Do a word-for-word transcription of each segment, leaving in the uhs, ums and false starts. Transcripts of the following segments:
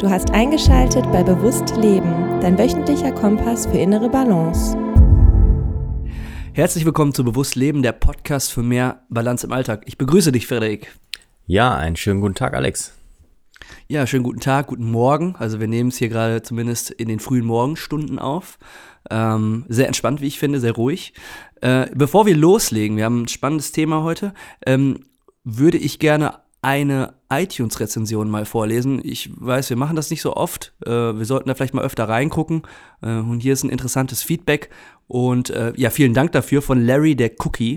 Du hast eingeschaltet bei Bewusst Leben, dein wöchentlicher Kompass für innere Balance. Herzlich willkommen zu Bewusst Leben, der Podcast für mehr Balance im Alltag. Ich begrüße dich, Frederik. Ja, einen schönen guten Tag, Alex. Ja, schönen guten Tag, guten Morgen. Also wir nehmen es hier gerade zumindest in den frühen Morgenstunden auf. Ähm, sehr entspannt, wie ich finde, sehr ruhig. Äh, bevor wir loslegen, wir haben ein spannendes Thema heute, ähm, würde ich gerne eine iTunes-Rezension mal vorlesen. Ich weiß, wir machen das nicht so oft. Äh, wir sollten da vielleicht mal öfter reingucken. Äh, und hier ist ein interessantes Feedback. Und äh, ja, vielen Dank dafür von Larry, der Cookie.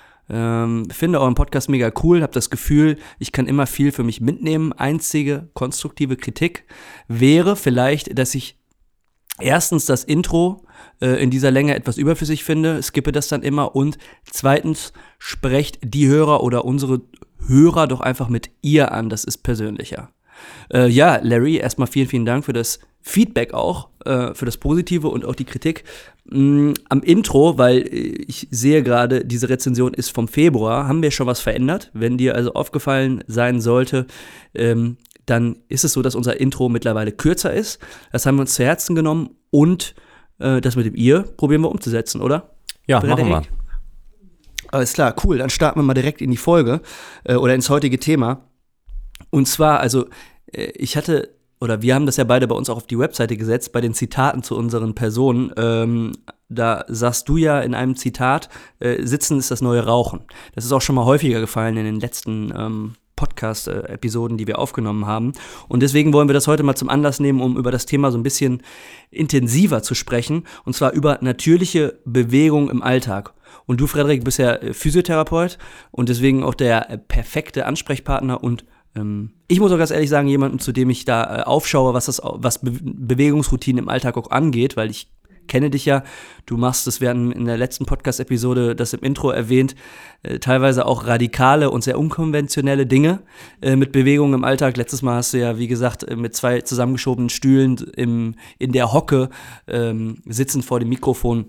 Ähm, finde euren Podcast mega cool, habe das Gefühl, ich kann immer viel für mich mitnehmen. Einzige konstruktive Kritik wäre vielleicht, dass ich erstens das Intro äh, in dieser Länge etwas überflüssig finde, skippe das dann immer, und zweitens sprecht die Hörer oder unsere Hörer doch einfach mit ihr an, das ist persönlicher. Äh, ja, Larry, erstmal vielen, vielen Dank für das Feedback auch, äh, für das Positive und auch die Kritik. Mm, am Intro, weil ich sehe gerade, diese Rezension ist vom Februar, haben wir schon was verändert. Wenn dir also aufgefallen sein sollte, ähm, dann ist es so, dass unser Intro mittlerweile kürzer ist. Das haben wir uns zu Herzen genommen und äh, das mit dem Ihr probieren wir umzusetzen, oder? Ja, Frederik? machen wir. Alles klar, cool. Dann starten wir mal direkt in die Folge äh, oder ins heutige Thema. Und zwar, also äh, ich hatte, oder wir haben das ja beide bei uns auch auf die Webseite gesetzt, bei den Zitaten zu unseren Personen. Ähm, da sagst du ja in einem Zitat, äh, Sitzen ist das neue Rauchen. Das ist auch schon mal häufiger gefallen in den letzten ähm, Podcast-Episoden, die wir aufgenommen haben. Und deswegen wollen wir das heute mal zum Anlass nehmen, um über das Thema so ein bisschen intensiver zu sprechen. Und zwar über natürliche Bewegung im Alltag. Und du, Frederik, bist ja Physiotherapeut und deswegen auch der perfekte Ansprechpartner und ähm, ich muss auch ganz ehrlich sagen, jemanden, zu dem ich da äh, aufschaue, was das, was Be- Bewegungsroutinen im Alltag auch angeht, weil ich kenne dich ja, du machst es, wir hatten in der letzten Podcast-Episode das im Intro erwähnt, äh, teilweise auch radikale und sehr unkonventionelle Dinge äh, mit Bewegung im Alltag. Letztes Mal hast du ja, wie gesagt, äh, mit zwei zusammengeschobenen Stühlen im, in der Hocke ähm, sitzend vor dem Mikrofon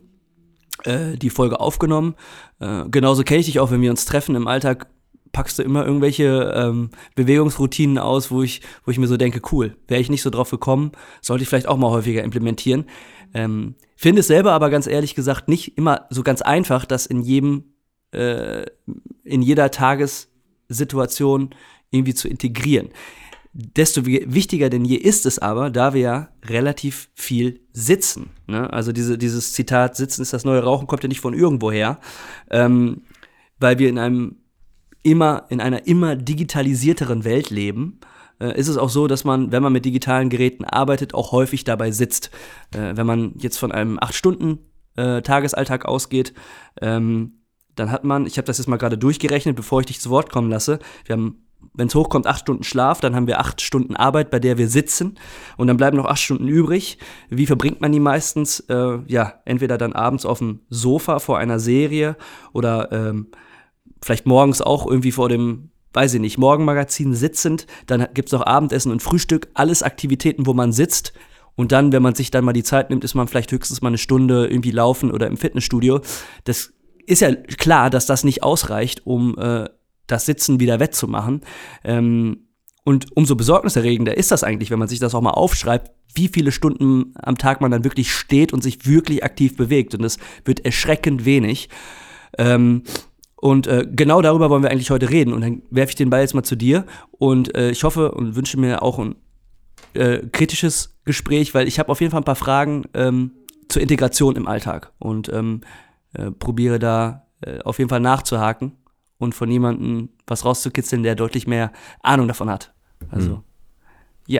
äh, die Folge aufgenommen. Äh, genauso kenne ich dich auch, wenn wir uns treffen im Alltag, packst du immer irgendwelche ähm, Bewegungsroutinen aus, wo ich, wo ich mir so denke, cool, wäre ich nicht so drauf gekommen, sollte ich vielleicht auch mal häufiger implementieren. Ähm, finde es selber aber ganz ehrlich gesagt nicht immer so ganz einfach, das in jedem, äh, in jeder Tagessituation irgendwie zu integrieren. Desto wichtiger denn je ist es aber, da wir ja relativ viel sitzen. Ne? Also diese, dieses Zitat, Sitzen ist das neue Rauchen, kommt ja nicht von irgendwoher, ähm, weil wir in einem immer in einer immer digitalisierteren Welt leben, äh, ist es auch so, dass man, wenn man mit digitalen Geräten arbeitet, auch häufig dabei sitzt. Äh, wenn man jetzt von einem acht Stunden Tagesalltag ausgeht, ähm, dann hat man, ich habe das jetzt mal gerade durchgerechnet, bevor ich dich zu Wort kommen lasse, wir haben, wenn es hochkommt, acht Stunden Schlaf, dann haben wir acht Stunden Arbeit, bei der wir sitzen, und dann bleiben noch acht Stunden übrig. Wie verbringt man die meistens? Äh, ja, entweder dann abends auf dem Sofa vor einer Serie oder ähm, vielleicht morgens auch irgendwie vor dem, weiß ich nicht, Morgenmagazin sitzend. Dann gibt's noch Abendessen und Frühstück, alles Aktivitäten, wo man sitzt. Und dann, wenn man sich dann mal die Zeit nimmt, ist man vielleicht höchstens mal eine Stunde irgendwie laufen oder im Fitnessstudio. Das ist ja klar, dass das nicht ausreicht, um äh, das Sitzen wieder wettzumachen. Ähm, und umso besorgniserregender ist das eigentlich, wenn man sich das auch mal aufschreibt, wie viele Stunden am Tag man dann wirklich steht und sich wirklich aktiv bewegt. Und das wird erschreckend wenig. Ähm, Und äh, genau darüber wollen wir eigentlich heute reden. Und dann werfe ich den Ball jetzt mal zu dir. Und äh, ich hoffe und wünsche mir auch ein äh, kritisches Gespräch, weil ich habe auf jeden Fall ein paar Fragen ähm, zur Integration im Alltag. Und ähm, äh, probiere da äh, auf jeden Fall nachzuhaken und von jemandem was rauszukitzeln, der deutlich mehr Ahnung davon hat. Also, hm. ja.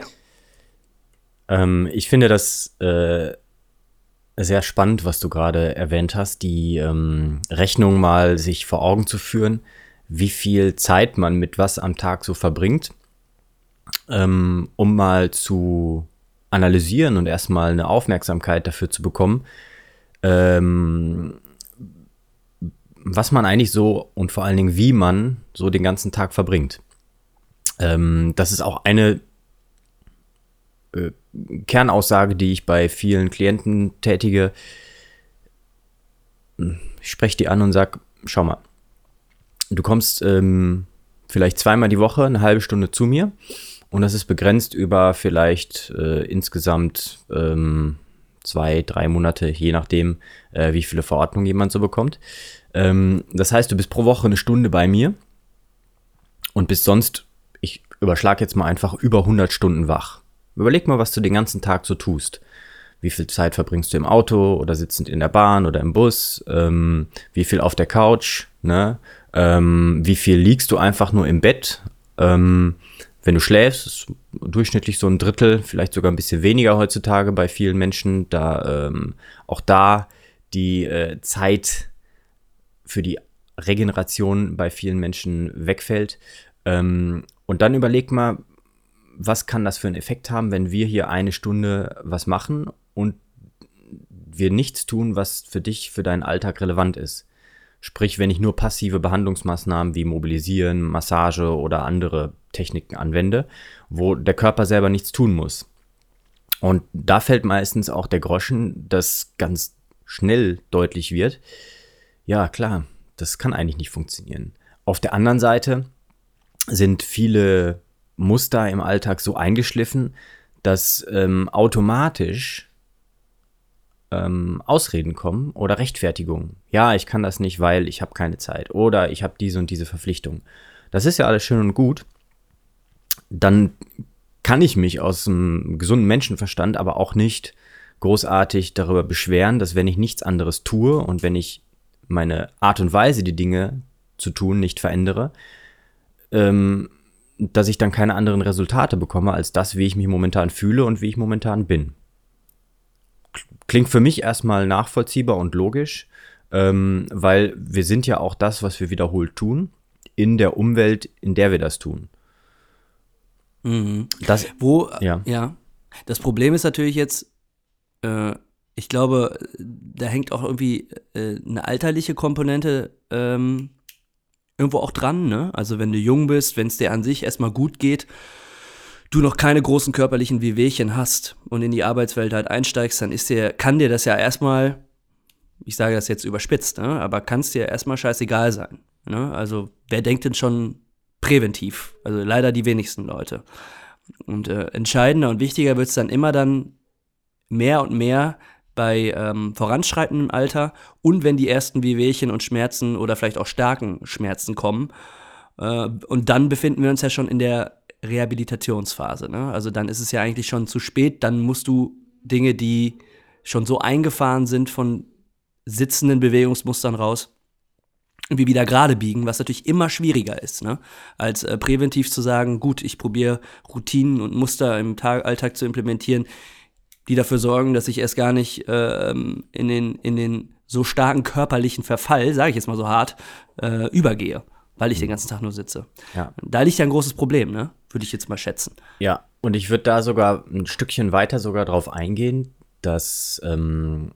Ähm, ich finde das äh sehr spannend, was du gerade erwähnt hast, die ähm, Rechnung mal sich vor Augen zu führen, wie viel Zeit man mit was am Tag so verbringt, ähm, um mal zu analysieren und erstmal eine Aufmerksamkeit dafür zu bekommen, ähm, was man eigentlich so und vor allen Dingen, wie man so den ganzen Tag verbringt. Ähm, das ist auch eine äh, Kernaussage, die ich bei vielen Klienten tätige. Ich spreche die an und sage, schau mal, du kommst ähm, vielleicht zweimal die Woche eine halbe Stunde zu mir und das ist begrenzt über vielleicht äh, insgesamt ähm, zwei, drei Monate, je nachdem, äh, wie viele Verordnungen jemand so bekommt. Ähm, das heißt, du bist pro Woche eine Stunde bei mir und bist sonst, ich überschlage jetzt mal einfach, über hundert Stunden wach. Überleg mal, was du den ganzen Tag so tust. Wie viel Zeit verbringst du im Auto oder sitzend in der Bahn oder im Bus? Ähm, wie viel auf der Couch? Ne? Ähm, wie viel liegst du einfach nur im Bett? Ähm, wenn du schläfst, ist durchschnittlich so ein Drittel, vielleicht sogar ein bisschen weniger heutzutage bei vielen Menschen, da ähm, auch da die äh, Zeit für die Regeneration bei vielen Menschen wegfällt. Ähm, und dann überleg mal, was kann das für einen Effekt haben, wenn wir hier eine Stunde was machen und wir nichts tun, was für dich, für deinen Alltag relevant ist. Sprich, wenn ich nur passive Behandlungsmaßnahmen wie Mobilisieren, Massage oder andere Techniken anwende, wo der Körper selber nichts tun muss. Und da fällt meistens auch der Groschen, das ganz schnell deutlich wird. Ja, klar, das kann eigentlich nicht funktionieren. Auf der anderen Seite sind viele Muster im Alltag so eingeschliffen, dass ähm, automatisch ähm, Ausreden kommen oder Rechtfertigungen. Ja, ich kann das nicht, weil ich habe keine Zeit oder ich habe diese und diese Verpflichtung. Das ist ja alles schön und gut. Dann kann ich mich aus dem gesunden Menschenverstand aber auch nicht großartig darüber beschweren, dass wenn ich nichts anderes tue und wenn ich meine Art und Weise, die Dinge zu tun, nicht verändere, ähm, dass ich dann keine anderen Resultate bekomme als das, wie ich mich momentan fühle und wie ich momentan bin. Klingt für mich erstmal nachvollziehbar und logisch, ähm, weil wir sind ja auch das, was wir wiederholt tun, in der Umwelt, in der wir das tun. Mhm. Das, Wo, ja. ja, das Problem ist natürlich jetzt, äh, ich glaube, da hängt auch irgendwie äh, eine alterliche Komponente ähm, irgendwo auch dran, ne? Also wenn du jung bist, wenn es dir an sich erstmal gut geht, du noch keine großen körperlichen Wehwehchen hast und in die Arbeitswelt halt einsteigst, dann ist dir, kann dir das ja erstmal, ich sage das jetzt überspitzt, ne? Aber kann es dir erstmal scheißegal sein, ne? Also wer denkt denn schon präventiv? Also leider die wenigsten Leute. Und äh, entscheidender und wichtiger wird es dann immer dann mehr und mehr bei ähm, voranschreitendem Alter und wenn die ersten Wehwehchen und Schmerzen oder vielleicht auch starken Schmerzen kommen. Äh, und dann befinden wir uns ja schon in der Rehabilitationsphase, ne? Also dann ist es ja eigentlich schon zu spät, dann musst du Dinge, die schon so eingefahren sind von sitzenden Bewegungsmustern raus, irgendwie wieder gerade biegen, was natürlich immer schwieriger ist, ne? Als äh, präventiv zu sagen, gut, ich probiere Routinen und Muster im Tag- Alltag zu implementieren, die dafür sorgen, dass ich erst gar nicht äh, in den, in den so starken körperlichen Verfall, sage ich jetzt mal so hart, äh, übergehe, weil ich den ganzen Tag nur sitze. Ja. Da liegt ja ein großes Problem, ne? Würde ich jetzt mal schätzen. Ja, und ich würde da sogar ein Stückchen weiter sogar drauf eingehen, dass ähm,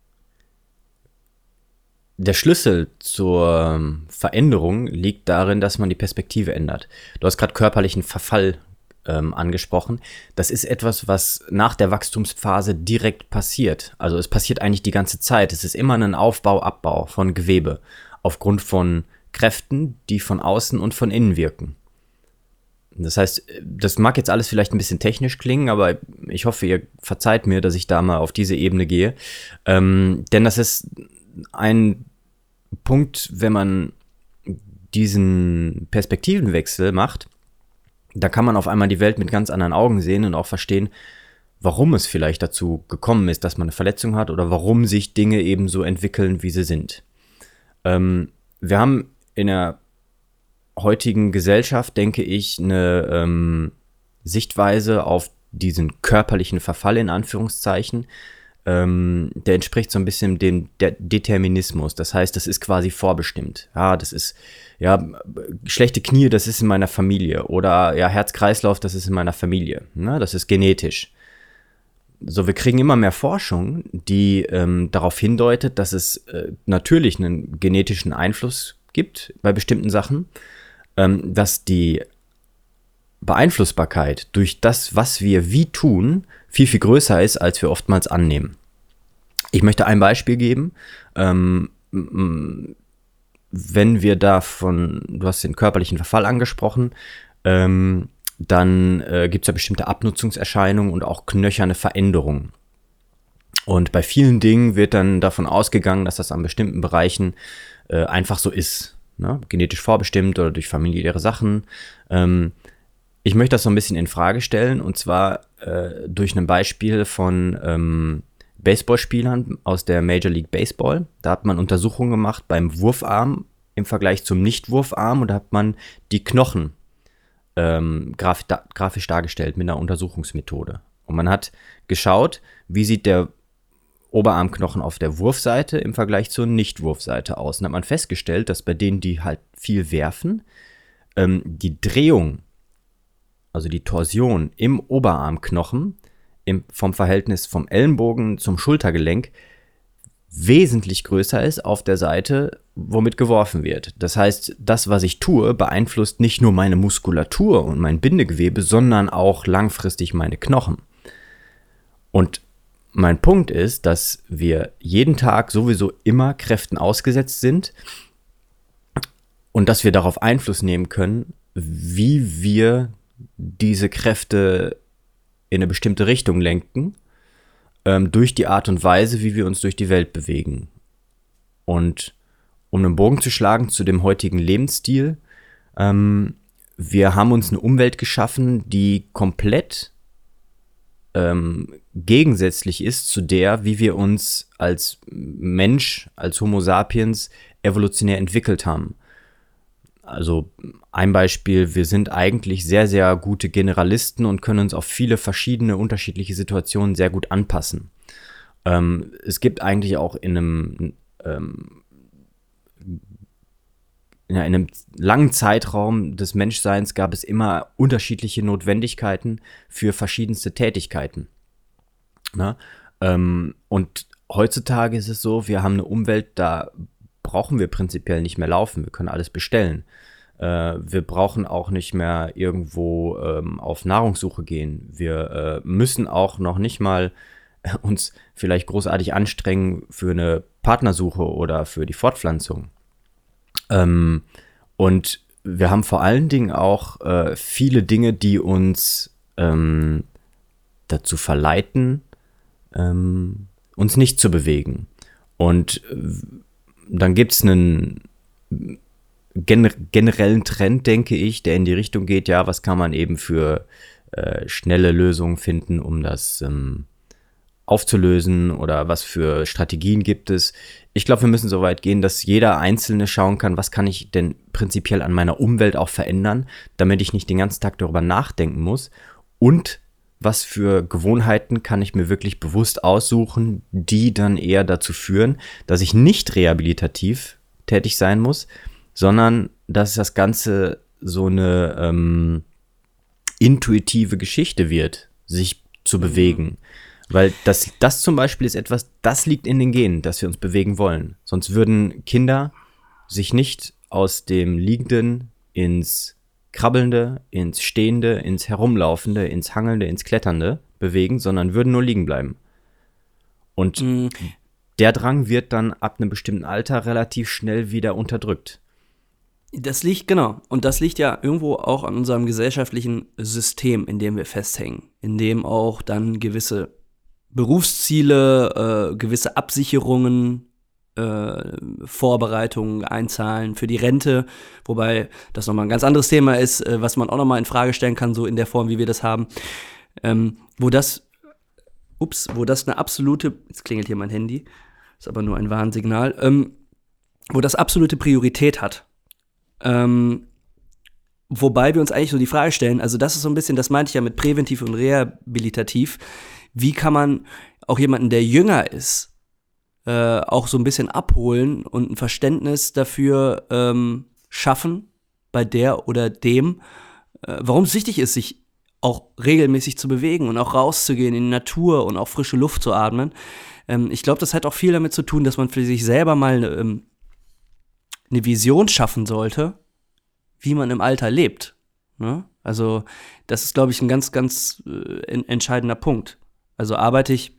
der Schlüssel zur ähm, Veränderung liegt darin, dass man die Perspektive ändert. Du hast gerade körperlichen Verfall ähm, angesprochen. Das ist etwas, was nach der Wachstumsphase direkt passiert. Also es passiert eigentlich die ganze Zeit. Es ist immer ein Aufbau, Abbau von Gewebe aufgrund von Kräften, die von außen und von innen wirken. Das heißt, das mag jetzt alles vielleicht ein bisschen technisch klingen, aber ich hoffe, ihr verzeiht mir, dass ich da mal auf diese Ebene gehe. Ähm, denn das ist ein Punkt, wenn man diesen Perspektivenwechsel macht, da kann man auf einmal die Welt mit ganz anderen Augen sehen und auch verstehen, warum es vielleicht dazu gekommen ist, dass man eine Verletzung hat oder warum sich Dinge eben so entwickeln, wie sie sind. Ähm, wir haben in der heutigen Gesellschaft, denke ich, eine ähm, Sichtweise auf diesen körperlichen Verfall in Anführungszeichen, ähm, der entspricht so ein bisschen dem De- Determinismus. Das heißt, das ist quasi vorbestimmt. Ja, das ist, ja, schlechte Knie, das ist in meiner Familie. Oder, ja, Herz-Kreislauf, das ist in meiner Familie. Ne? Das ist genetisch. So, wir kriegen immer mehr Forschung, die ähm, darauf hindeutet, dass es äh, natürlich einen genetischen Einfluss gibt bei bestimmten Sachen, ähm, dass die Beeinflussbarkeit durch das, was wir wie tun, viel, viel größer ist, als wir oftmals annehmen. Ich möchte ein Beispiel geben. Ähm, wenn wir davon, du hast den körperlichen Verfall angesprochen, ähm, dann äh, gibt es ja bestimmte Abnutzungserscheinungen und auch knöcherne Veränderungen. Und bei vielen Dingen wird dann davon ausgegangen, dass das an bestimmten Bereichen äh, einfach so ist, ne? Genetisch vorbestimmt oder durch familiäre Sachen. Ähm, ich möchte das so ein bisschen in Frage stellen, und zwar äh, durch ein Beispiel von ähm, Baseballspielern aus der Major League Baseball. Da hat man Untersuchungen gemacht beim Wurfarm im Vergleich zum Nichtwurfarm, und da hat man die Knochen ähm, graf- da- grafisch dargestellt mit einer Untersuchungsmethode. Und man hat geschaut, wie sieht der Oberarmknochen auf der Wurfseite im Vergleich zur Nichtwurfseite aus. Und hat man festgestellt, dass bei denen, die halt viel werfen, ähm, die Drehung, also die Torsion im Oberarmknochen im, vom Verhältnis vom Ellenbogen zum Schultergelenk wesentlich größer ist auf der Seite, womit geworfen wird. Das heißt, das, was ich tue, beeinflusst nicht nur meine Muskulatur und mein Bindegewebe, sondern auch langfristig meine Knochen. Und mein Punkt ist, dass wir jeden Tag sowieso immer Kräften ausgesetzt sind und dass wir darauf Einfluss nehmen können, wie wir diese Kräfte in eine bestimmte Richtung lenken, ähm, durch die Art und Weise, wie wir uns durch die Welt bewegen. Und um einen Bogen zu schlagen zu dem heutigen Lebensstil, ähm, wir haben uns eine Umwelt geschaffen, die komplett ähm, gegensätzlich ist zu der, wie wir uns als Mensch, als Homo sapiens evolutionär entwickelt haben. Also ein Beispiel, wir sind eigentlich sehr, sehr gute Generalisten und können uns auf viele verschiedene, unterschiedliche Situationen sehr gut anpassen. Ähm, es gibt eigentlich auch in einem, ähm, ja, in einem langen Zeitraum des Menschseins gab es immer unterschiedliche Notwendigkeiten für verschiedenste Tätigkeiten. Na? Ähm, und heutzutage ist es so, wir haben eine Umwelt, da brauchen wir prinzipiell nicht mehr laufen, wir können alles bestellen. Äh, wir brauchen auch nicht mehr irgendwo ähm, auf Nahrungssuche gehen. Wir äh, müssen auch noch nicht mal äh, uns vielleicht großartig anstrengen für eine Partnersuche oder für die Fortpflanzung. Ähm, und wir haben vor allen Dingen auch äh, viele Dinge, die uns ähm, dazu verleiten, ähm, uns nicht zu bewegen. Und äh, dann gibt es einen gener- generellen Trend, denke ich, der in die Richtung geht, ja, was kann man eben für äh, schnelle Lösungen finden, um das ähm, aufzulösen, oder was für Strategien gibt es. Ich glaube, wir müssen so weit gehen, dass jeder Einzelne schauen kann, was kann ich denn prinzipiell an meiner Umwelt auch verändern, damit ich nicht den ganzen Tag darüber nachdenken muss, und was für Gewohnheiten kann ich mir wirklich bewusst aussuchen, die dann eher dazu führen, dass ich nicht rehabilitativ tätig sein muss, sondern dass das Ganze so eine ähm, intuitive Geschichte wird, sich zu bewegen. Weil das, das zum Beispiel ist etwas, das liegt in den Genen, dass wir uns bewegen wollen. Sonst würden Kinder sich nicht aus dem Liegenden ins Krabbelnde, ins Stehende, ins Herumlaufende, ins Hangelnde, ins Kletternde bewegen, sondern würden nur liegen bleiben. Und mhm. der Drang wird dann ab einem bestimmten Alter relativ schnell wieder unterdrückt. Das liegt, genau, und das liegt ja irgendwo auch an unserem gesellschaftlichen System, in dem wir festhängen, in dem auch dann gewisse Berufsziele, äh, gewisse Absicherungen, äh, Vorbereitungen einzahlen für die Rente, wobei das nochmal ein ganz anderes Thema ist, äh, was man auch nochmal in Frage stellen kann, so in der Form, wie wir das haben, ähm, wo das, ups, wo das eine absolute, jetzt klingelt hier mein Handy, ist aber nur ein Warnsignal, ähm, wo das absolute Priorität hat. Ähm, wobei wir uns eigentlich so die Frage stellen, also das ist so ein bisschen, das meinte ich ja mit präventiv und rehabilitativ, wie kann man auch jemanden, der jünger ist, äh, auch so ein bisschen abholen und ein Verständnis dafür ähm, schaffen, bei der oder dem, äh, warum es wichtig ist, sich auch regelmäßig zu bewegen und auch rauszugehen in die Natur und auch frische Luft zu atmen. Ähm, ich glaube, das hat auch viel damit zu tun, dass man für sich selber mal eine, ähm, eine Vision schaffen sollte, wie man im Alter lebt. Ne? Also das ist, glaube ich, ein ganz, ganz äh, entscheidender Punkt. Also arbeite ich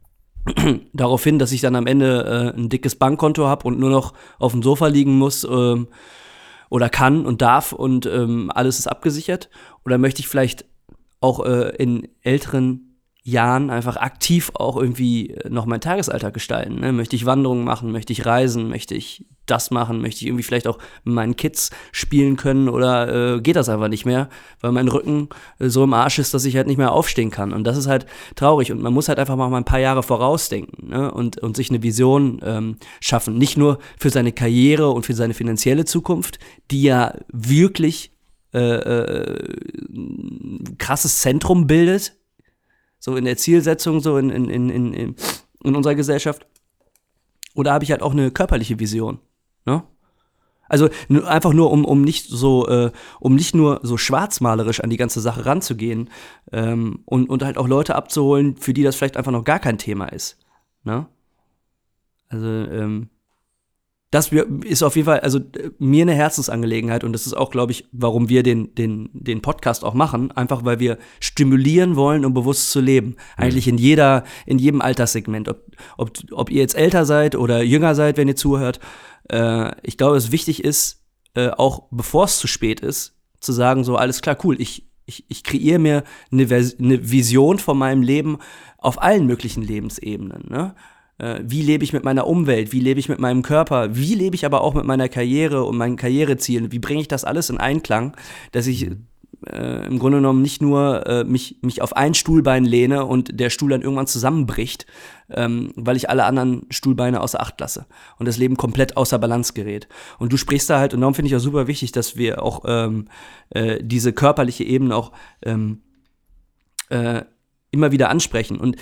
darauf hin, dass ich dann am Ende äh, ein dickes Bankkonto habe und nur noch auf dem Sofa liegen muss ähm, oder kann und darf und ähm, alles ist abgesichert? Oder möchte ich vielleicht auch äh, in älteren Jahren einfach aktiv auch irgendwie noch meinen Tagesalltag gestalten? Ne? Möchte ich Wanderungen machen? Möchte ich reisen? Möchte ich das machen? Möchte ich irgendwie vielleicht auch mit meinen Kids spielen können? Oder äh, geht das einfach nicht mehr, weil mein Rücken äh, so im Arsch ist, dass ich halt nicht mehr aufstehen kann? Und das ist halt traurig. Und man muss halt einfach mal ein paar Jahre vorausdenken, ne? und, und sich eine Vision ähm, schaffen. Nicht nur für seine Karriere und für seine finanzielle Zukunft, die ja wirklich äh, äh, ein krasses Zentrum bildet, so in der Zielsetzung, so in, in, in, in, in unserer Gesellschaft. Oder habe ich halt auch eine körperliche Vision, ne? Also nur, einfach nur, um, um nicht so, äh, um nicht nur so schwarzmalerisch an die ganze Sache ranzugehen ähm, und, und halt auch Leute abzuholen, für die das vielleicht einfach noch gar kein Thema ist, ne? Also, ähm, das ist auf jeden Fall, also mir eine Herzensangelegenheit und das ist auch, glaube ich, warum wir den, den, den Podcast auch machen, einfach weil wir stimulieren wollen, um bewusst zu leben. Mhm. Eigentlich in jeder, in jedem Alterssegment, ob, ob, ob ihr jetzt älter seid oder jünger seid, wenn ihr zuhört. Äh, ich glaube, es wichtig ist, äh, auch bevor es zu spät ist, zu sagen, so alles klar, cool, ich, ich, ich kreiere mir eine, Vers- eine Vision von meinem Leben auf allen möglichen Lebensebenen, ne? Wie lebe ich mit meiner Umwelt, wie lebe ich mit meinem Körper, wie lebe ich aber auch mit meiner Karriere und meinen Karrierezielen, wie bringe ich das alles in Einklang, dass ich äh, im Grunde genommen nicht nur äh, mich, mich auf ein Stuhlbein lehne und der Stuhl dann irgendwann zusammenbricht, ähm, weil ich alle anderen Stuhlbeine außer Acht lasse und das Leben komplett außer Balance gerät. Und du sprichst da halt, und darum finde ich auch super wichtig, dass wir auch ähm, äh, diese körperliche Ebene auch ähm, äh, immer wieder ansprechen. Und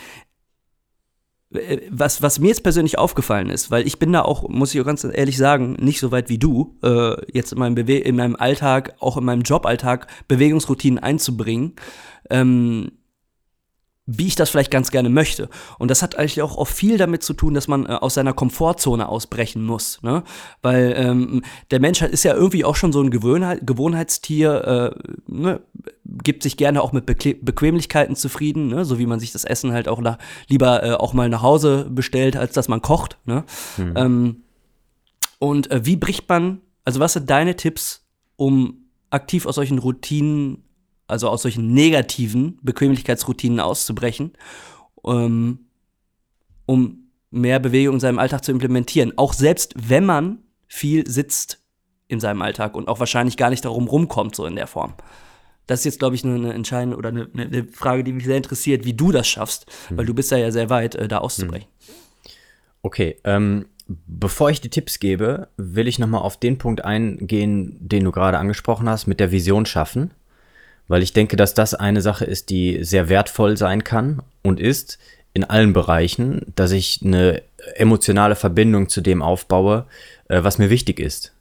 Was, was mir jetzt persönlich aufgefallen ist, weil ich bin da auch, muss ich auch ganz ehrlich sagen, nicht so weit wie du, äh, jetzt in meinem, Bewe- in meinem Alltag, auch in meinem Joballtag, Bewegungsroutinen einzubringen, ähm, wie ich das vielleicht ganz gerne möchte. Und das hat eigentlich auch oft viel damit zu tun, dass man äh, aus seiner Komfortzone ausbrechen muss, ne? Weil ähm, der Mensch ist ja irgendwie auch schon so ein Gewohnheit, Gewohnheitstier, äh, ne? Gibt sich gerne auch mit Bekle- Bequemlichkeiten zufrieden, ne? So wie man sich das Essen halt auch nach, lieber äh, auch mal nach Hause bestellt, als dass man kocht, ne? Mhm. Ähm, und äh, wie bricht man, also was sind deine Tipps, um aktiv aus solchen Routinen, also aus solchen negativen Bequemlichkeitsroutinen auszubrechen, um, um mehr Bewegung in seinem Alltag zu implementieren. Auch selbst wenn man viel sitzt in seinem Alltag und auch wahrscheinlich gar nicht darum rumkommt, so in der Form. Das ist jetzt, glaube ich, eine, eine entscheidende oder eine, eine Frage, die mich sehr interessiert, wie du das schaffst, hm. weil du bist ja, ja sehr weit, äh, da auszubrechen. Okay, ähm, bevor ich die Tipps gebe, will ich nochmal auf den Punkt eingehen, den du gerade angesprochen hast, mit der Vision schaffen. Weil ich denke, dass das eine Sache ist, die sehr wertvoll sein kann und ist in allen Bereichen, dass ich eine emotionale Verbindung zu dem aufbaue, äh, was mir wichtig ist.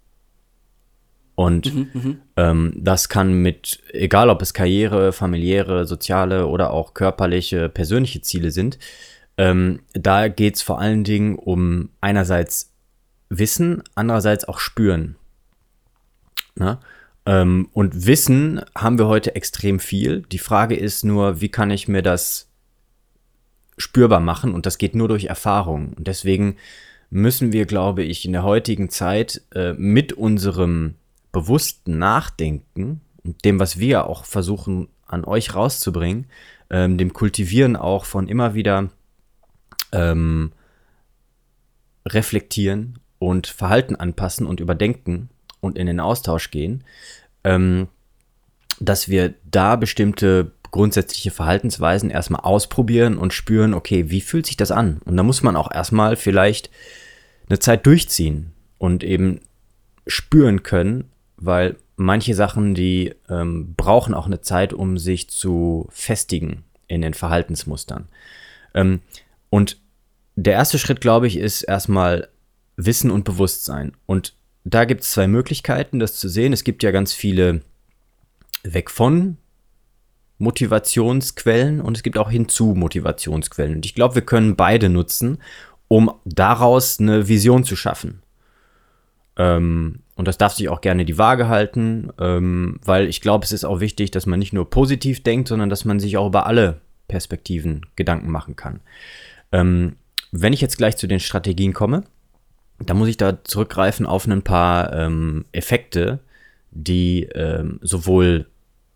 Und mhm, ähm, das kann mit, egal ob es Karriere, familiäre, soziale oder auch körperliche, persönliche Ziele sind, ähm, da geht es vor allen Dingen um einerseits Wissen, andererseits auch Spüren. Na? Ähm, und Wissen haben wir heute extrem viel. Die Frage ist nur, wie kann ich mir das spürbar machen? Und das geht nur durch Erfahrung. Und deswegen müssen wir, glaube ich, in der heutigen Zeit äh, mit unserem bewussten Nachdenken und dem, was wir auch versuchen an euch rauszubringen, ähm, dem Kultivieren auch von immer wieder ähm, reflektieren und Verhalten anpassen und überdenken und in den Austausch gehen, ähm, dass wir da bestimmte grundsätzliche Verhaltensweisen erstmal ausprobieren und spüren, okay, wie fühlt sich das an? Und da muss man auch erstmal vielleicht eine Zeit durchziehen und eben spüren können, weil manche Sachen, die ähm, brauchen auch eine Zeit, um sich zu festigen in den Verhaltensmustern. Ähm, und der erste Schritt, glaube ich, ist erstmal Wissen und Bewusstsein. Und da gibt es zwei Möglichkeiten, das zu sehen. Es gibt ja ganz viele weg von Motivationsquellen und es gibt auch hinzu Motivationsquellen. Und ich glaube, wir können beide nutzen, um daraus eine Vision zu schaffen. Ähm, und das darf sich auch gerne die Waage halten, ähm, weil ich glaube, es ist auch wichtig, dass man nicht nur positiv denkt, sondern dass man sich auch über alle Perspektiven Gedanken machen kann. Ähm, wenn ich jetzt gleich zu den Strategien komme, da muss ich da zurückgreifen auf ein paar ähm, Effekte, die ähm, sowohl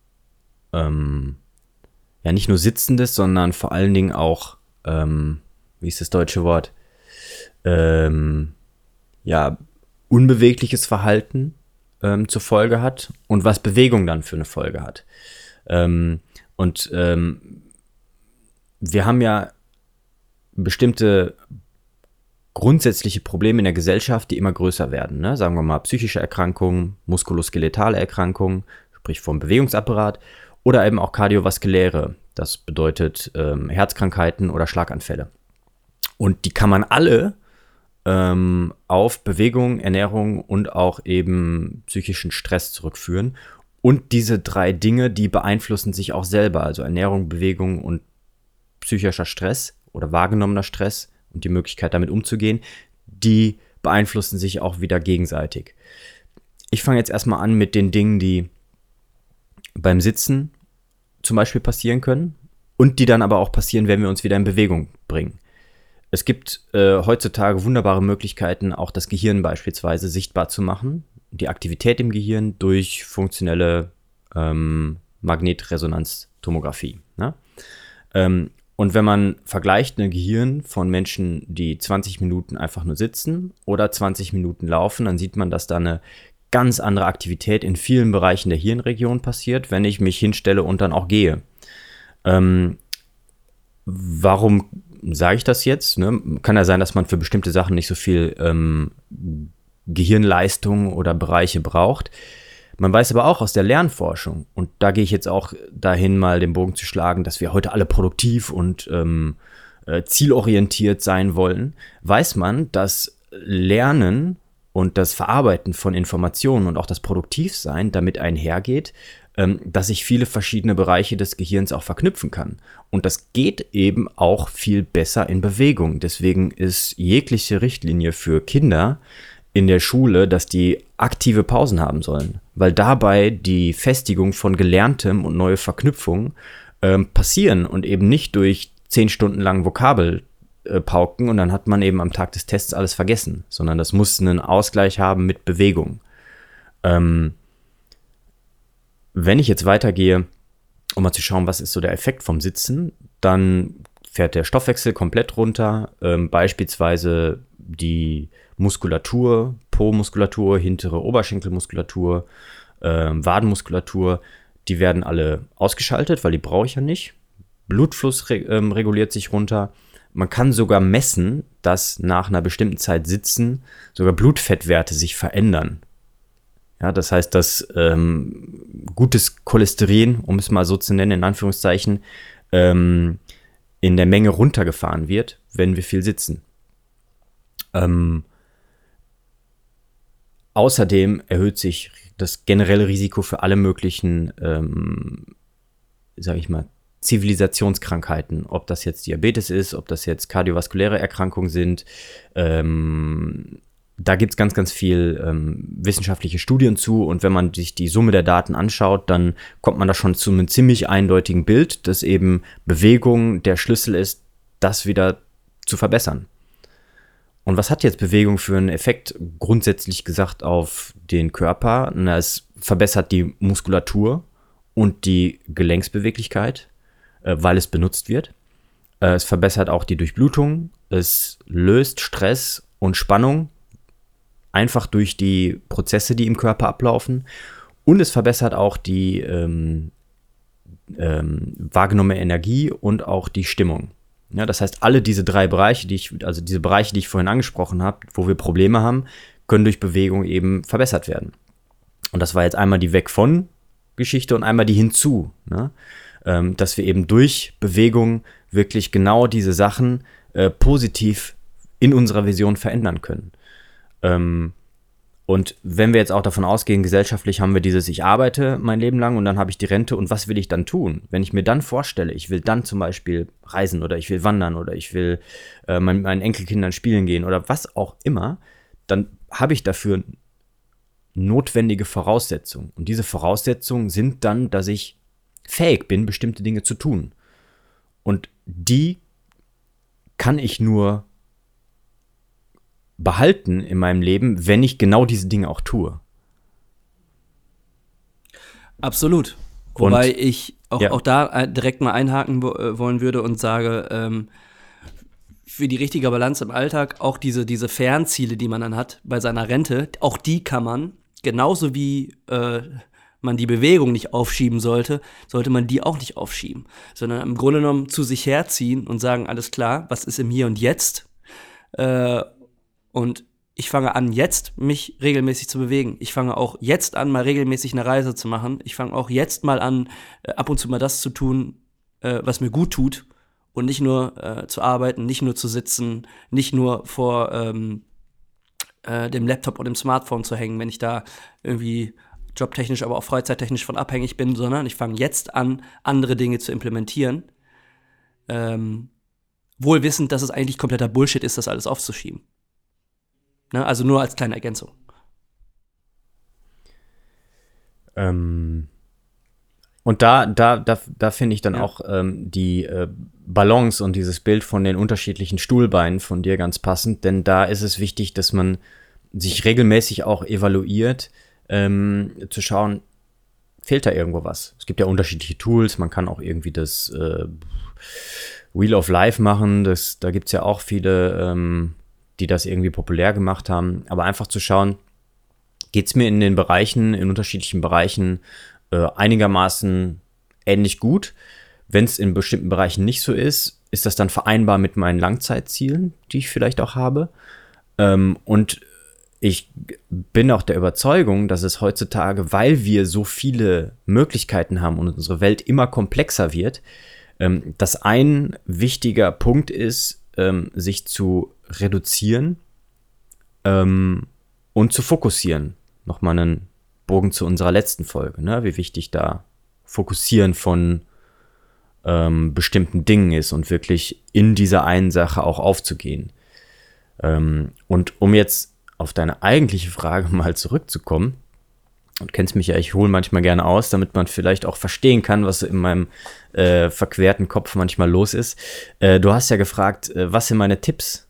ähm, ja nicht nur sitzendes, sondern vor allen Dingen auch, ähm, wie ist das deutsche Wort, ähm, ja, unbewegliches Verhalten ähm, zur Folge hat und was Bewegung dann für eine Folge hat. Ähm, und ähm, wir haben ja bestimmte grundsätzliche Probleme in der Gesellschaft, die immer größer werden. Ne? Sagen wir mal psychische Erkrankungen, muskuloskeletale Erkrankungen, sprich vom Bewegungsapparat, oder eben auch kardiovaskuläre. Das bedeutet ähm, Herzkrankheiten oder Schlaganfälle. Und die kann man alle ähm, auf Bewegung, Ernährung und auch eben psychischen Stress zurückführen. Und diese drei Dinge, die beeinflussen sich auch selber. Also Ernährung, Bewegung und psychischer Stress oder wahrgenommener Stress und die Möglichkeit, damit umzugehen, die beeinflussen sich auch wieder gegenseitig. Ich fange jetzt erstmal an mit den Dingen, die beim Sitzen zum Beispiel passieren können und die dann aber auch passieren, wenn wir uns wieder in Bewegung bringen. Es gibt äh, heutzutage wunderbare Möglichkeiten, auch das Gehirn beispielsweise sichtbar zu machen, die Aktivität im Gehirn durch funktionelle ähm, Magnetresonanztomographie. Ne? Ähm, und wenn man vergleicht ein Gehirn von Menschen, die zwanzig Minuten einfach nur sitzen oder zwanzig Minuten laufen, dann sieht man, dass da eine ganz andere Aktivität in vielen Bereichen der Hirnregion passiert, wenn ich mich hinstelle und dann auch gehe. Ähm, warum sage ich das jetzt? Ne? Kann ja sein, dass man für bestimmte Sachen nicht so viel ähm, Gehirnleistung oder Bereiche braucht. Man weiß aber auch aus der Lernforschung, und da gehe ich jetzt auch dahin, mal den Bogen zu schlagen, dass wir heute alle produktiv und ähm, äh, zielorientiert sein wollen, weiß man, dass Lernen und das Verarbeiten von Informationen und auch das Produktivsein damit einhergeht, ähm, dass ich viele verschiedene Bereiche des Gehirns auch verknüpfen kann. Und das geht eben auch viel besser in Bewegung. Deswegen ist jegliche Richtlinie für Kinder in der Schule, dass die aktive Pausen haben sollen, weil dabei die Festigung von Gelerntem und neue Verknüpfungen ähm, passieren und eben nicht durch zehn Stunden lang Vokabel äh, pauken und dann hat man eben am Tag des Tests alles vergessen, sondern das muss einen Ausgleich haben mit Bewegung. Ähm, wenn ich jetzt weitergehe, um mal zu schauen, was ist so der Effekt vom Sitzen, dann fährt der Stoffwechsel komplett runter, ähm, beispielsweise die Muskulatur, Po-Muskulatur, hintere Oberschenkelmuskulatur, ähm, Wadenmuskulatur, die werden alle ausgeschaltet, weil die brauche ich ja nicht. Blutfluss re- ähm, reguliert sich runter. Man kann sogar messen, dass nach einer bestimmten Zeit Sitzen sogar Blutfettwerte sich verändern. Ja, das heißt, dass ähm, gutes Cholesterin, um es mal so zu nennen, in Anführungszeichen, ähm, in der Menge runtergefahren wird, wenn wir viel sitzen. Ähm, außerdem erhöht sich das generelle Risiko für alle möglichen, ähm, sage ich mal, Zivilisationskrankheiten. Ob das jetzt Diabetes ist, ob das jetzt kardiovaskuläre Erkrankungen sind. Ähm, da gibt es ganz, ganz viel ähm, wissenschaftliche Studien zu. Und wenn man sich die Summe der Daten anschaut, dann kommt man da schon zu einem ziemlich eindeutigen Bild, dass eben Bewegung der Schlüssel ist, das wieder zu verbessern. Und was hat jetzt Bewegung für einen Effekt grundsätzlich gesagt auf den Körper? Na, es verbessert die Muskulatur und die Gelenksbeweglichkeit, äh, weil es benutzt wird. Äh, es verbessert auch die Durchblutung. Es löst Stress und Spannung einfach durch die Prozesse, die im Körper ablaufen. Und es verbessert auch die ähm, ähm, wahrgenommene Energie und auch die Stimmung. Ja, das heißt, alle diese drei Bereiche, die ich, also diese Bereiche, die ich vorhin angesprochen habe, wo wir Probleme haben, können durch Bewegung eben verbessert werden. Und das war jetzt einmal die Weg von Geschichte und einmal die hinzu, ne? ähm, dass wir eben durch Bewegung wirklich genau diese Sachen äh, positiv in unserer Vision verändern können. Ähm, und wenn wir jetzt auch davon ausgehen, gesellschaftlich haben wir dieses, ich arbeite mein Leben lang und dann habe ich die Rente und was will ich dann tun? Wenn ich mir dann vorstelle, ich will dann zum Beispiel reisen oder ich will wandern oder ich will äh, mein, meinen Enkelkindern spielen gehen oder was auch immer, dann habe ich dafür notwendige Voraussetzungen. Und diese Voraussetzungen sind dann, dass ich fähig bin, bestimmte Dinge zu tun. Und die kann ich nur behalten in meinem Leben, wenn ich genau diese Dinge auch tue. Absolut. Wobei Und, ich auch, ja. auch da direkt mal einhaken wo- wollen würde und sage, ähm, für die richtige Balance im Alltag, auch diese, diese Fernziele, die man dann hat bei seiner Rente, auch die kann man, genauso wie äh, man die Bewegung nicht aufschieben sollte, sollte man die auch nicht aufschieben, sondern im Grunde genommen zu sich herziehen und sagen, alles klar, was ist im Hier und Jetzt? Äh, und ich fange an, jetzt mich regelmäßig zu bewegen. Ich fange auch jetzt an, mal regelmäßig eine Reise zu machen. Ich fange auch jetzt mal an, äh, ab und zu mal das zu tun, äh, was mir gut tut. Und nicht nur äh, zu arbeiten, nicht nur zu sitzen, nicht nur vor ähm, äh, dem Laptop oder dem Smartphone zu hängen, wenn ich da irgendwie jobtechnisch, aber auch freizeittechnisch von abhängig bin, sondern ich fange jetzt an, andere Dinge zu implementieren. Ähm, wohl wissend, dass es eigentlich kompletter Bullshit ist, das alles aufzuschieben. Ne? Also nur als kleine Ergänzung. Ähm, und da, da, da, da finde ich dann Ja. auch ähm, die äh, Balance und dieses Bild von den unterschiedlichen Stuhlbeinen von dir ganz passend, denn da ist es wichtig, dass man sich regelmäßig auch evaluiert, ähm, zu schauen, fehlt da irgendwo was? Es gibt ja unterschiedliche Tools, man kann auch irgendwie das äh, Wheel of Life machen, das, da gibt es ja auch viele, ähm, die das irgendwie populär gemacht haben, aber einfach zu schauen, geht es mir in den Bereichen, in unterschiedlichen Bereichen äh, einigermaßen ähnlich gut. Wenn es in bestimmten Bereichen nicht so ist, ist das dann vereinbar mit meinen Langzeitzielen, die ich vielleicht auch habe. Ähm, und ich bin auch der Überzeugung, dass es heutzutage, weil wir so viele Möglichkeiten haben und unsere Welt immer komplexer wird, ähm, dass ein wichtiger Punkt ist, ähm, sich zu reduzieren ähm, und zu fokussieren. Nochmal einen Bogen zu unserer letzten Folge, ne? Wie wichtig da Fokussieren von ähm, bestimmten Dingen ist und wirklich in dieser einen Sache auch aufzugehen. Ähm, und um jetzt auf deine eigentliche Frage mal zurückzukommen, du kennst mich ja, ich hole manchmal gerne aus, damit man vielleicht auch verstehen kann, was so in meinem äh, verquerten Kopf manchmal los ist. Äh, du hast ja gefragt, äh, was sind meine Tipps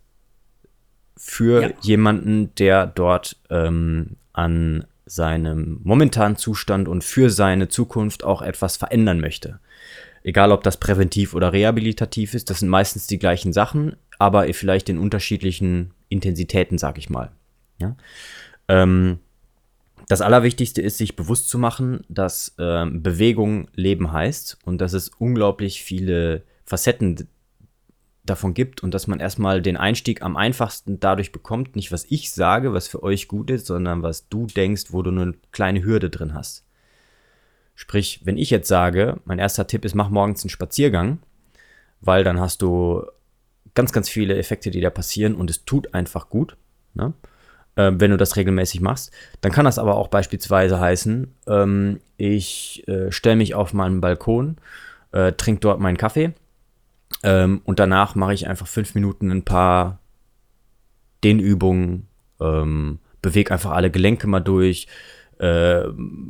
für Ja. jemanden, der dort ähm, an seinem momentanen Zustand und für seine Zukunft auch etwas verändern möchte. Egal, ob das präventiv oder rehabilitativ ist, das sind meistens die gleichen Sachen, aber vielleicht in unterschiedlichen Intensitäten, sag ich mal. Ja? Ähm, das Allerwichtigste ist, sich bewusst zu machen, dass ähm, Bewegung Leben heißt und dass es unglaublich viele Facetten davon gibt und dass man erstmal den Einstieg am einfachsten dadurch bekommt, nicht was ich sage, was für euch gut ist, sondern was du denkst, wo du eine kleine Hürde drin hast. Sprich, wenn ich jetzt sage, mein erster Tipp ist, mach morgens einen Spaziergang, weil dann hast du ganz, ganz viele Effekte, die da passieren und es tut einfach gut, ne? äh, wenn du das regelmäßig machst. Dann kann das aber auch beispielsweise heißen, ähm, ich äh, stelle mich auf meinen Balkon, äh, trinke dort meinen Kaffee ähm, und danach mache ich einfach fünf Minuten ein paar Dehnübungen, ähm, bewege einfach alle Gelenke mal durch, äh,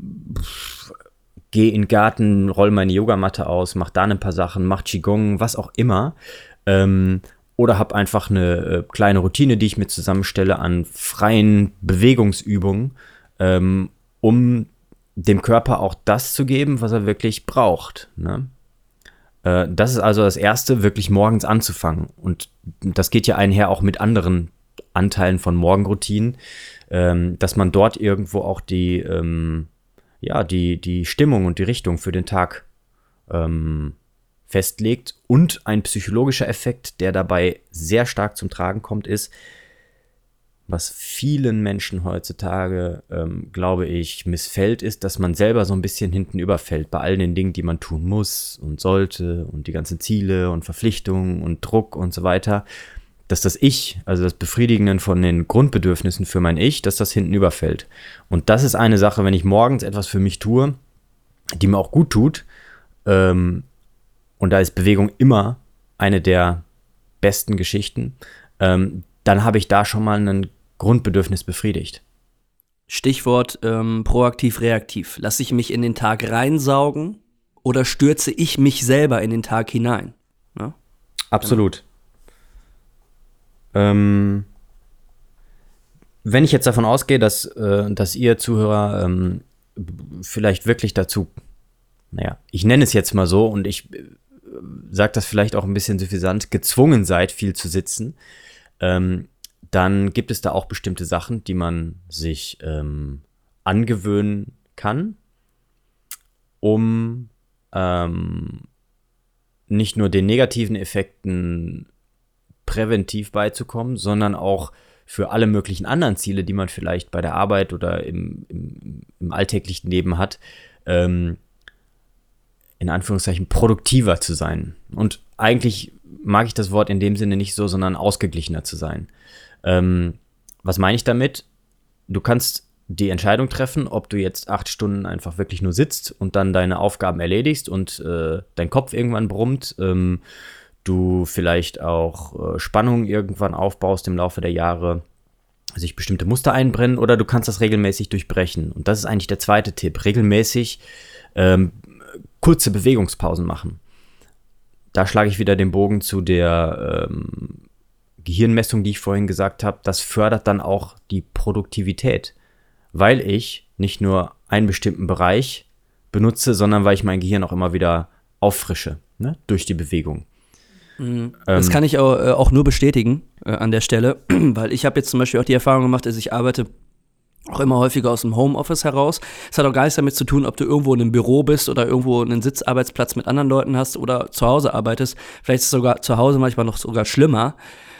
gehe in den Garten, roll meine Yogamatte aus, mach da ein paar Sachen, mach Qigong, was auch immer. Ähm, oder habe einfach eine äh, kleine Routine, die ich mir zusammenstelle an freien Bewegungsübungen, ähm, um dem Körper auch das zu geben, was er wirklich braucht. Ne? Äh, das ist also das Erste, wirklich morgens anzufangen. Und das geht ja einher auch mit anderen Anteilen von Morgenroutinen, ähm, dass man dort irgendwo auch die ähm, ja, die, die Stimmung und die Richtung für den Tag ähm, festlegt. Und ein psychologischer Effekt, der dabei sehr stark zum Tragen kommt, ist, was vielen Menschen heutzutage, ähm, glaube ich, missfällt, ist, dass man selber so ein bisschen hinten überfällt bei all den Dingen, die man tun muss und sollte und die ganzen Ziele und Verpflichtungen und Druck und so weiter, dass das Ich, also das Befriedigen von den Grundbedürfnissen für mein Ich, dass das hinten überfällt. Und das ist eine Sache, wenn ich morgens etwas für mich tue, die mir auch gut tut, ähm, und da ist Bewegung immer eine der besten Geschichten, ähm, dann habe ich da schon mal ein Grundbedürfnis befriedigt. Stichwort ähm, proaktiv-reaktiv. Lasse ich mich in den Tag reinsaugen oder stürze ich mich selber in den Tag hinein? Ja? Absolut. Ähm, wenn ich jetzt davon ausgehe, dass, äh, dass ihr Zuhörer ähm, vielleicht wirklich dazu, naja, ich nenne es jetzt mal so und ich äh, sage das vielleicht auch ein bisschen suffisant, gezwungen seid, viel zu sitzen, ähm, dann gibt es da auch bestimmte Sachen, die man sich ähm, angewöhnen kann, um ähm, nicht nur den negativen Effekten präventiv beizukommen, sondern auch für alle möglichen anderen Ziele, die man vielleicht bei der Arbeit oder im, im, im alltäglichen Leben hat, ähm, in Anführungszeichen produktiver zu sein. Und eigentlich mag ich das Wort in dem Sinne nicht so, sondern ausgeglichener zu sein. Ähm, was meine ich damit? Du kannst die Entscheidung treffen, ob du jetzt acht Stunden einfach wirklich nur sitzt und dann deine Aufgaben erledigst und äh, dein Kopf irgendwann brummt, ähm, du vielleicht auch äh, Spannungen irgendwann aufbaust im Laufe der Jahre, sich bestimmte Muster einbrennen, oder du kannst das regelmäßig durchbrechen. Und das ist eigentlich der zweite Tipp. Regelmäßig ähm, kurze Bewegungspausen machen. Da schlage ich wieder den Bogen zu der ähm, Gehirnmessung, die ich vorhin gesagt habe. Das fördert dann auch die Produktivität, weil ich nicht nur einen bestimmten Bereich benutze, sondern weil ich mein Gehirn auch immer wieder auffrische, ne, durch die Bewegung. Das ähm, kann ich auch, äh, auch nur bestätigen äh, an der Stelle, weil ich habe jetzt zum Beispiel auch die Erfahrung gemacht, dass ich arbeite auch immer häufiger aus dem Homeoffice heraus. Es hat auch gar nichts damit zu tun, ob du irgendwo in einem Büro bist oder irgendwo einen Sitzarbeitsplatz mit anderen Leuten hast oder zu Hause arbeitest. Vielleicht ist es sogar zu Hause manchmal noch sogar schlimmer,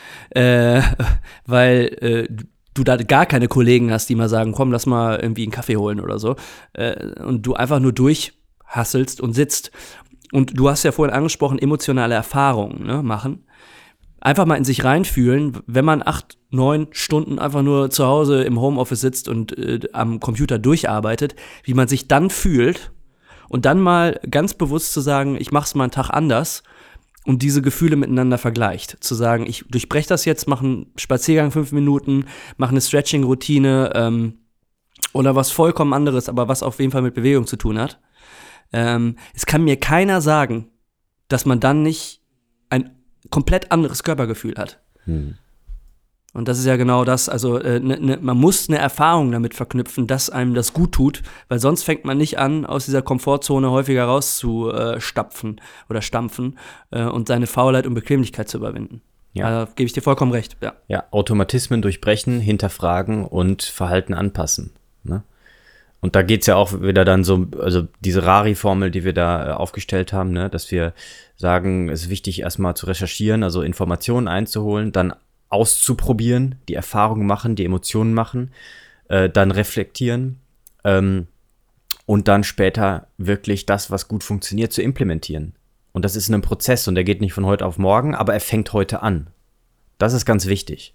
äh, weil äh, du da gar keine Kollegen hast, die mal sagen, komm, lass mal irgendwie einen Kaffee holen oder so. Äh, und du einfach nur durchhasselst und sitzt. Und du hast ja vorhin angesprochen, emotionale Erfahrungen, ne, machen. Einfach mal in sich reinfühlen, wenn man acht, neun Stunden einfach nur zu Hause im Homeoffice sitzt und äh, am Computer durcharbeitet, wie man sich dann fühlt und dann mal ganz bewusst zu sagen, ich mach's mal einen Tag anders und diese Gefühle miteinander vergleicht. Zu sagen, ich durchbreche das jetzt, mache einen Spaziergang fünf Minuten, mache eine Stretching-Routine ähm, oder was vollkommen anderes, aber was auf jeden Fall mit Bewegung zu tun hat. Ähm, es kann mir keiner sagen, dass man dann nicht ein komplett anderes Körpergefühl hat. Hm. Und das ist ja genau das, also äh, ne, ne, man muss eine Erfahrung damit verknüpfen, dass einem das gut tut, weil sonst fängt man nicht an, aus dieser Komfortzone häufiger rauszustapfen oder stampfen äh, und seine Faulheit und Bequemlichkeit zu überwinden. Ja, da gebe ich dir vollkommen recht. Ja, ja, Automatismen durchbrechen, hinterfragen und Verhalten anpassen, ne? Und da geht's ja auch wieder dann so, also diese Rari-Formel, die wir da äh, aufgestellt haben, ne, dass wir sagen, es ist wichtig, erstmal zu recherchieren, also Informationen einzuholen, dann auszuprobieren, die Erfahrungen machen, die Emotionen machen, äh, dann reflektieren ähm, und dann später wirklich das, was gut funktioniert, zu implementieren. Und das ist ein Prozess und der geht nicht von heute auf morgen, aber er fängt heute an. Das ist ganz wichtig.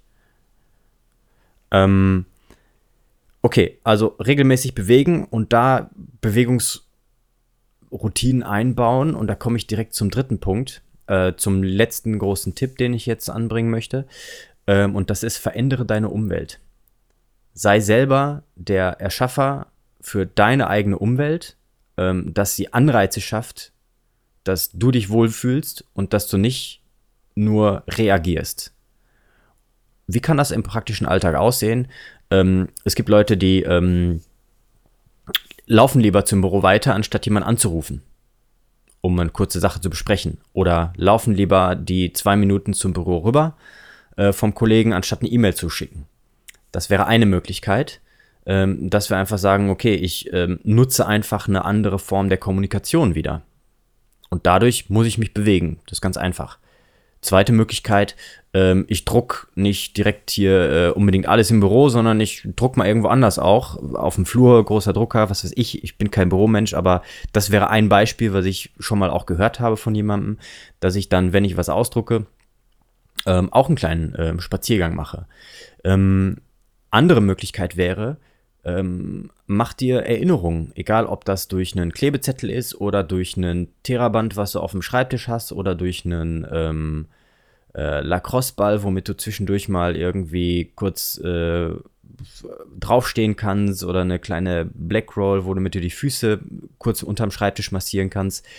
Ähm, Okay, also regelmäßig bewegen und da Bewegungsroutinen einbauen. Und da komme ich direkt zum dritten Punkt, äh, zum letzten großen Tipp, den ich jetzt anbringen möchte. Ähm, und das ist, verändere deine Umwelt. Sei selber der Erschaffer für deine eigene Umwelt, ähm, dass sie Anreize schafft, dass du dich wohlfühlst und dass du nicht nur reagierst. Wie kann das im praktischen Alltag aussehen? Ähm, es gibt Leute, die ähm, laufen lieber zum Büro weiter, anstatt jemanden anzurufen, um eine kurze Sache zu besprechen. Oder laufen lieber die zwei Minuten zum Büro rüber äh, vom Kollegen, anstatt eine E-Mail zu schicken. Das wäre eine Möglichkeit, ähm, dass wir einfach sagen, okay, ich ähm, nutze einfach eine andere Form der Kommunikation wieder. Und dadurch muss ich mich bewegen. Das ist ganz einfach. Zweite Möglichkeit, ähm, ich druck nicht direkt hier äh, unbedingt alles im Büro, sondern ich druck mal irgendwo anders auch, auf dem Flur, großer Drucker, was weiß ich, ich bin kein Büromensch, aber das wäre ein Beispiel, was ich schon mal auch gehört habe von jemandem, dass ich dann, wenn ich was ausdrucke, ähm, auch einen kleinen ähm, Spaziergang mache. Ähm, andere Möglichkeit wäre, ähm, mach dir Erinnerungen, egal ob das durch einen Klebezettel ist oder durch einen Theraband, was du auf dem Schreibtisch hast, oder durch einen ähm, äh, Lacrosse-Ball, womit du zwischendurch mal irgendwie kurz äh, draufstehen kannst, oder eine kleine Black Roll, womit du die Füße kurz unterm Schreibtisch massieren kannst.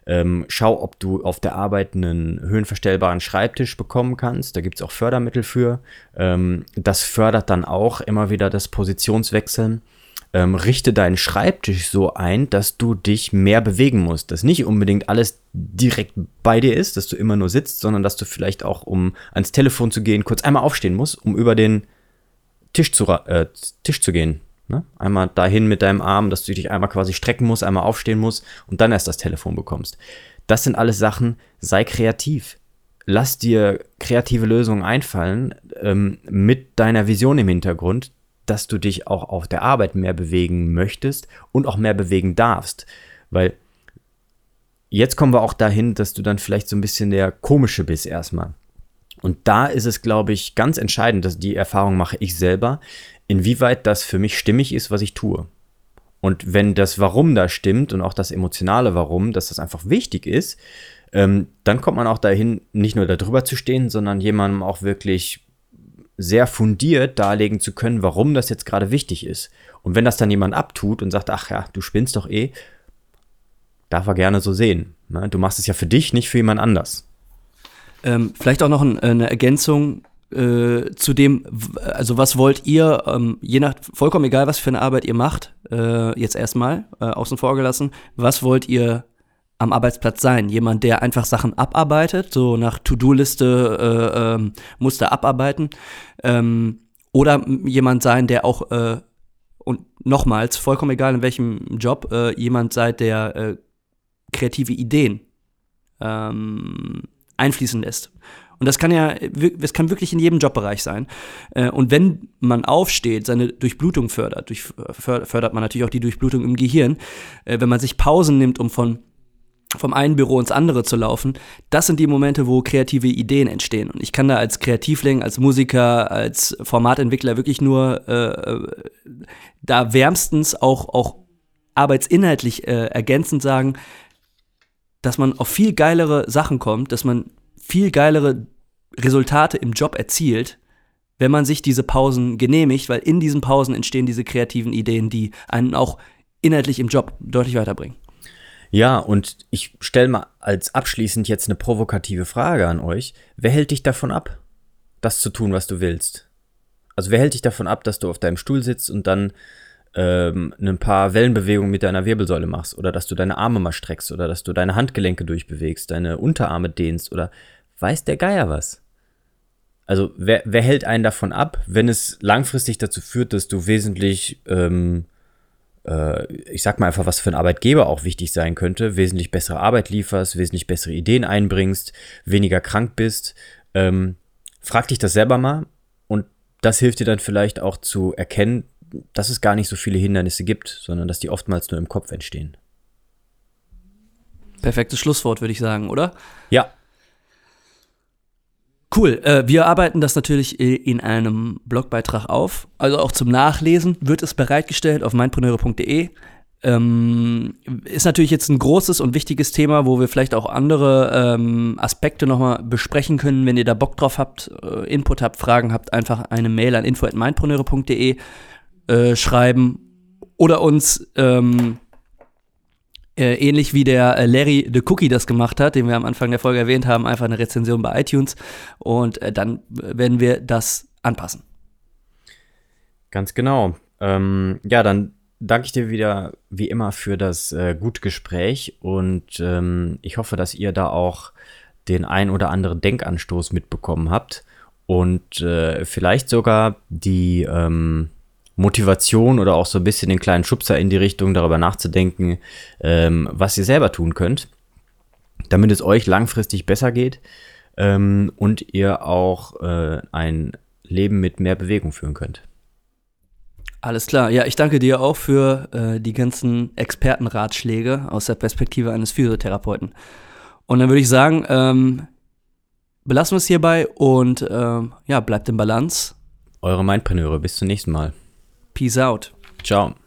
Ähm, schau, ob du auf der Arbeit einen höhenverstellbaren Schreibtisch bekommen kannst. Da gibt es auch Fördermittel für. Ähm, das fördert dann auch immer wieder das Positionswechseln. Ähm, richte deinen Schreibtisch so ein, dass du dich mehr bewegen musst. Dass nicht unbedingt alles direkt bei dir ist, dass du immer nur sitzt, sondern dass du vielleicht auch, um ans Telefon zu gehen, kurz einmal aufstehen musst, um über den Tisch zu, äh, Tisch zu gehen. Ne? Einmal dahin mit deinem Arm, dass du dich einmal quasi strecken musst, einmal aufstehen musst und dann erst das Telefon bekommst. Das sind alles Sachen, sei kreativ. Lass dir kreative Lösungen einfallen, ähm, mit deiner Vision im Hintergrund, dass du dich auch auf der Arbeit mehr bewegen möchtest und auch mehr bewegen darfst. Weil jetzt kommen wir auch dahin, dass du dann vielleicht so ein bisschen der Komische bist erstmal. Und da ist es, glaube ich, ganz entscheidend, dass die Erfahrung mache ich selber, inwieweit das für mich stimmig ist, was ich tue. Und wenn das Warum da stimmt und auch das emotionale Warum, dass das einfach wichtig ist, ähm, dann kommt man auch dahin, nicht nur darüber zu stehen, sondern jemandem auch wirklich sehr fundiert darlegen zu können, warum das jetzt gerade wichtig ist. Und wenn das dann jemand abtut und sagt, ach ja, du spinnst doch eh, darf er gerne so sehen. Ne? Du machst es ja für dich, nicht für jemand anders. Ähm, vielleicht auch noch ein, eine Ergänzung äh, zu dem, also was wollt ihr, ähm, je nach, vollkommen egal, was für eine Arbeit ihr macht, äh, jetzt erstmal äh, außen vor gelassen, was wollt ihr am Arbeitsplatz sein? Jemand, der einfach Sachen abarbeitet, so nach To-Do-Liste äh, ähm, Muster abarbeiten, ähm, oder jemand sein, der auch, äh, und nochmals, vollkommen egal in welchem Job, äh, jemand seid, der äh, kreative Ideen ähm, einfließen lässt. Und das kann ja, das kann wirklich in jedem Jobbereich sein. Und wenn man aufsteht, seine Durchblutung fördert, durch, fördert man natürlich auch die Durchblutung im Gehirn, wenn man sich Pausen nimmt, um von vom einen Büro ins andere zu laufen, das sind die Momente, wo kreative Ideen entstehen. Und ich kann da als Kreativling, als Musiker, als Formatentwickler wirklich nur äh, da wärmstens auch, auch arbeitsinhaltlich äh, ergänzend sagen, dass man auf viel geilere Sachen kommt, dass man viel geilere Resultate im Job erzielt, wenn man sich diese Pausen genehmigt, weil in diesen Pausen entstehen diese kreativen Ideen, die einen auch inhaltlich im Job deutlich weiterbringen. Ja, und ich stelle mal als abschließend jetzt eine provokative Frage an euch. Wer hält dich davon ab, das zu tun, was du willst? Also wer hält dich davon ab, dass du auf deinem Stuhl sitzt und dann ähm, ein paar Wellenbewegungen mit deiner Wirbelsäule machst oder dass du deine Arme mal streckst oder dass du deine Handgelenke durchbewegst, deine Unterarme dehnst oder weiß der Geier was? Also wer, wer hält einen davon ab, wenn es langfristig dazu führt, dass du wesentlich ähm, ich sag mal einfach, was für ein Arbeitgeber auch wichtig sein könnte, wesentlich bessere Arbeit lieferst, wesentlich bessere Ideen einbringst, weniger krank bist. Ähm, frag dich das selber mal und das hilft dir dann vielleicht auch zu erkennen, dass es gar nicht so viele Hindernisse gibt, sondern dass die oftmals nur im Kopf entstehen. Perfektes Schlusswort, würde ich sagen, oder? Ja. Cool, äh, wir arbeiten das natürlich in einem Blogbeitrag auf, also auch zum Nachlesen wird es bereitgestellt auf mindpreneure punkt de. Ähm, ist natürlich jetzt ein großes und wichtiges Thema, wo wir vielleicht auch andere ähm, Aspekte nochmal besprechen können. Wenn ihr da Bock drauf habt, äh, Input habt, Fragen habt, einfach eine Mail an info at mindpreneure punkt de äh, schreiben oder uns ähm, Äh, ähnlich wie der äh, Larry the Cookie das gemacht hat, den wir am Anfang der Folge erwähnt haben, einfach eine Rezension bei iTunes und äh, dann werden wir das anpassen. Ganz genau. Ähm, ja, dann danke ich dir wieder wie immer für das äh, gute Gespräch und ähm, ich hoffe, dass ihr da auch den ein oder anderen Denkanstoß mitbekommen habt und äh, vielleicht sogar die ähm, Motivation oder auch so ein bisschen den kleinen Schubser in die Richtung, darüber nachzudenken, ähm, was ihr selber tun könnt, damit es euch langfristig besser geht ähm, und ihr auch äh, ein Leben mit mehr Bewegung führen könnt. Alles klar. Ja, ich danke dir auch für äh, die ganzen Expertenratschläge aus der Perspektive eines Physiotherapeuten. Und dann würde ich sagen, ähm, belassen wir es hierbei und ähm, ja, bleibt in Balance. Eure Mindpreneure, bis zum nächsten Mal. Peace out. Ciao.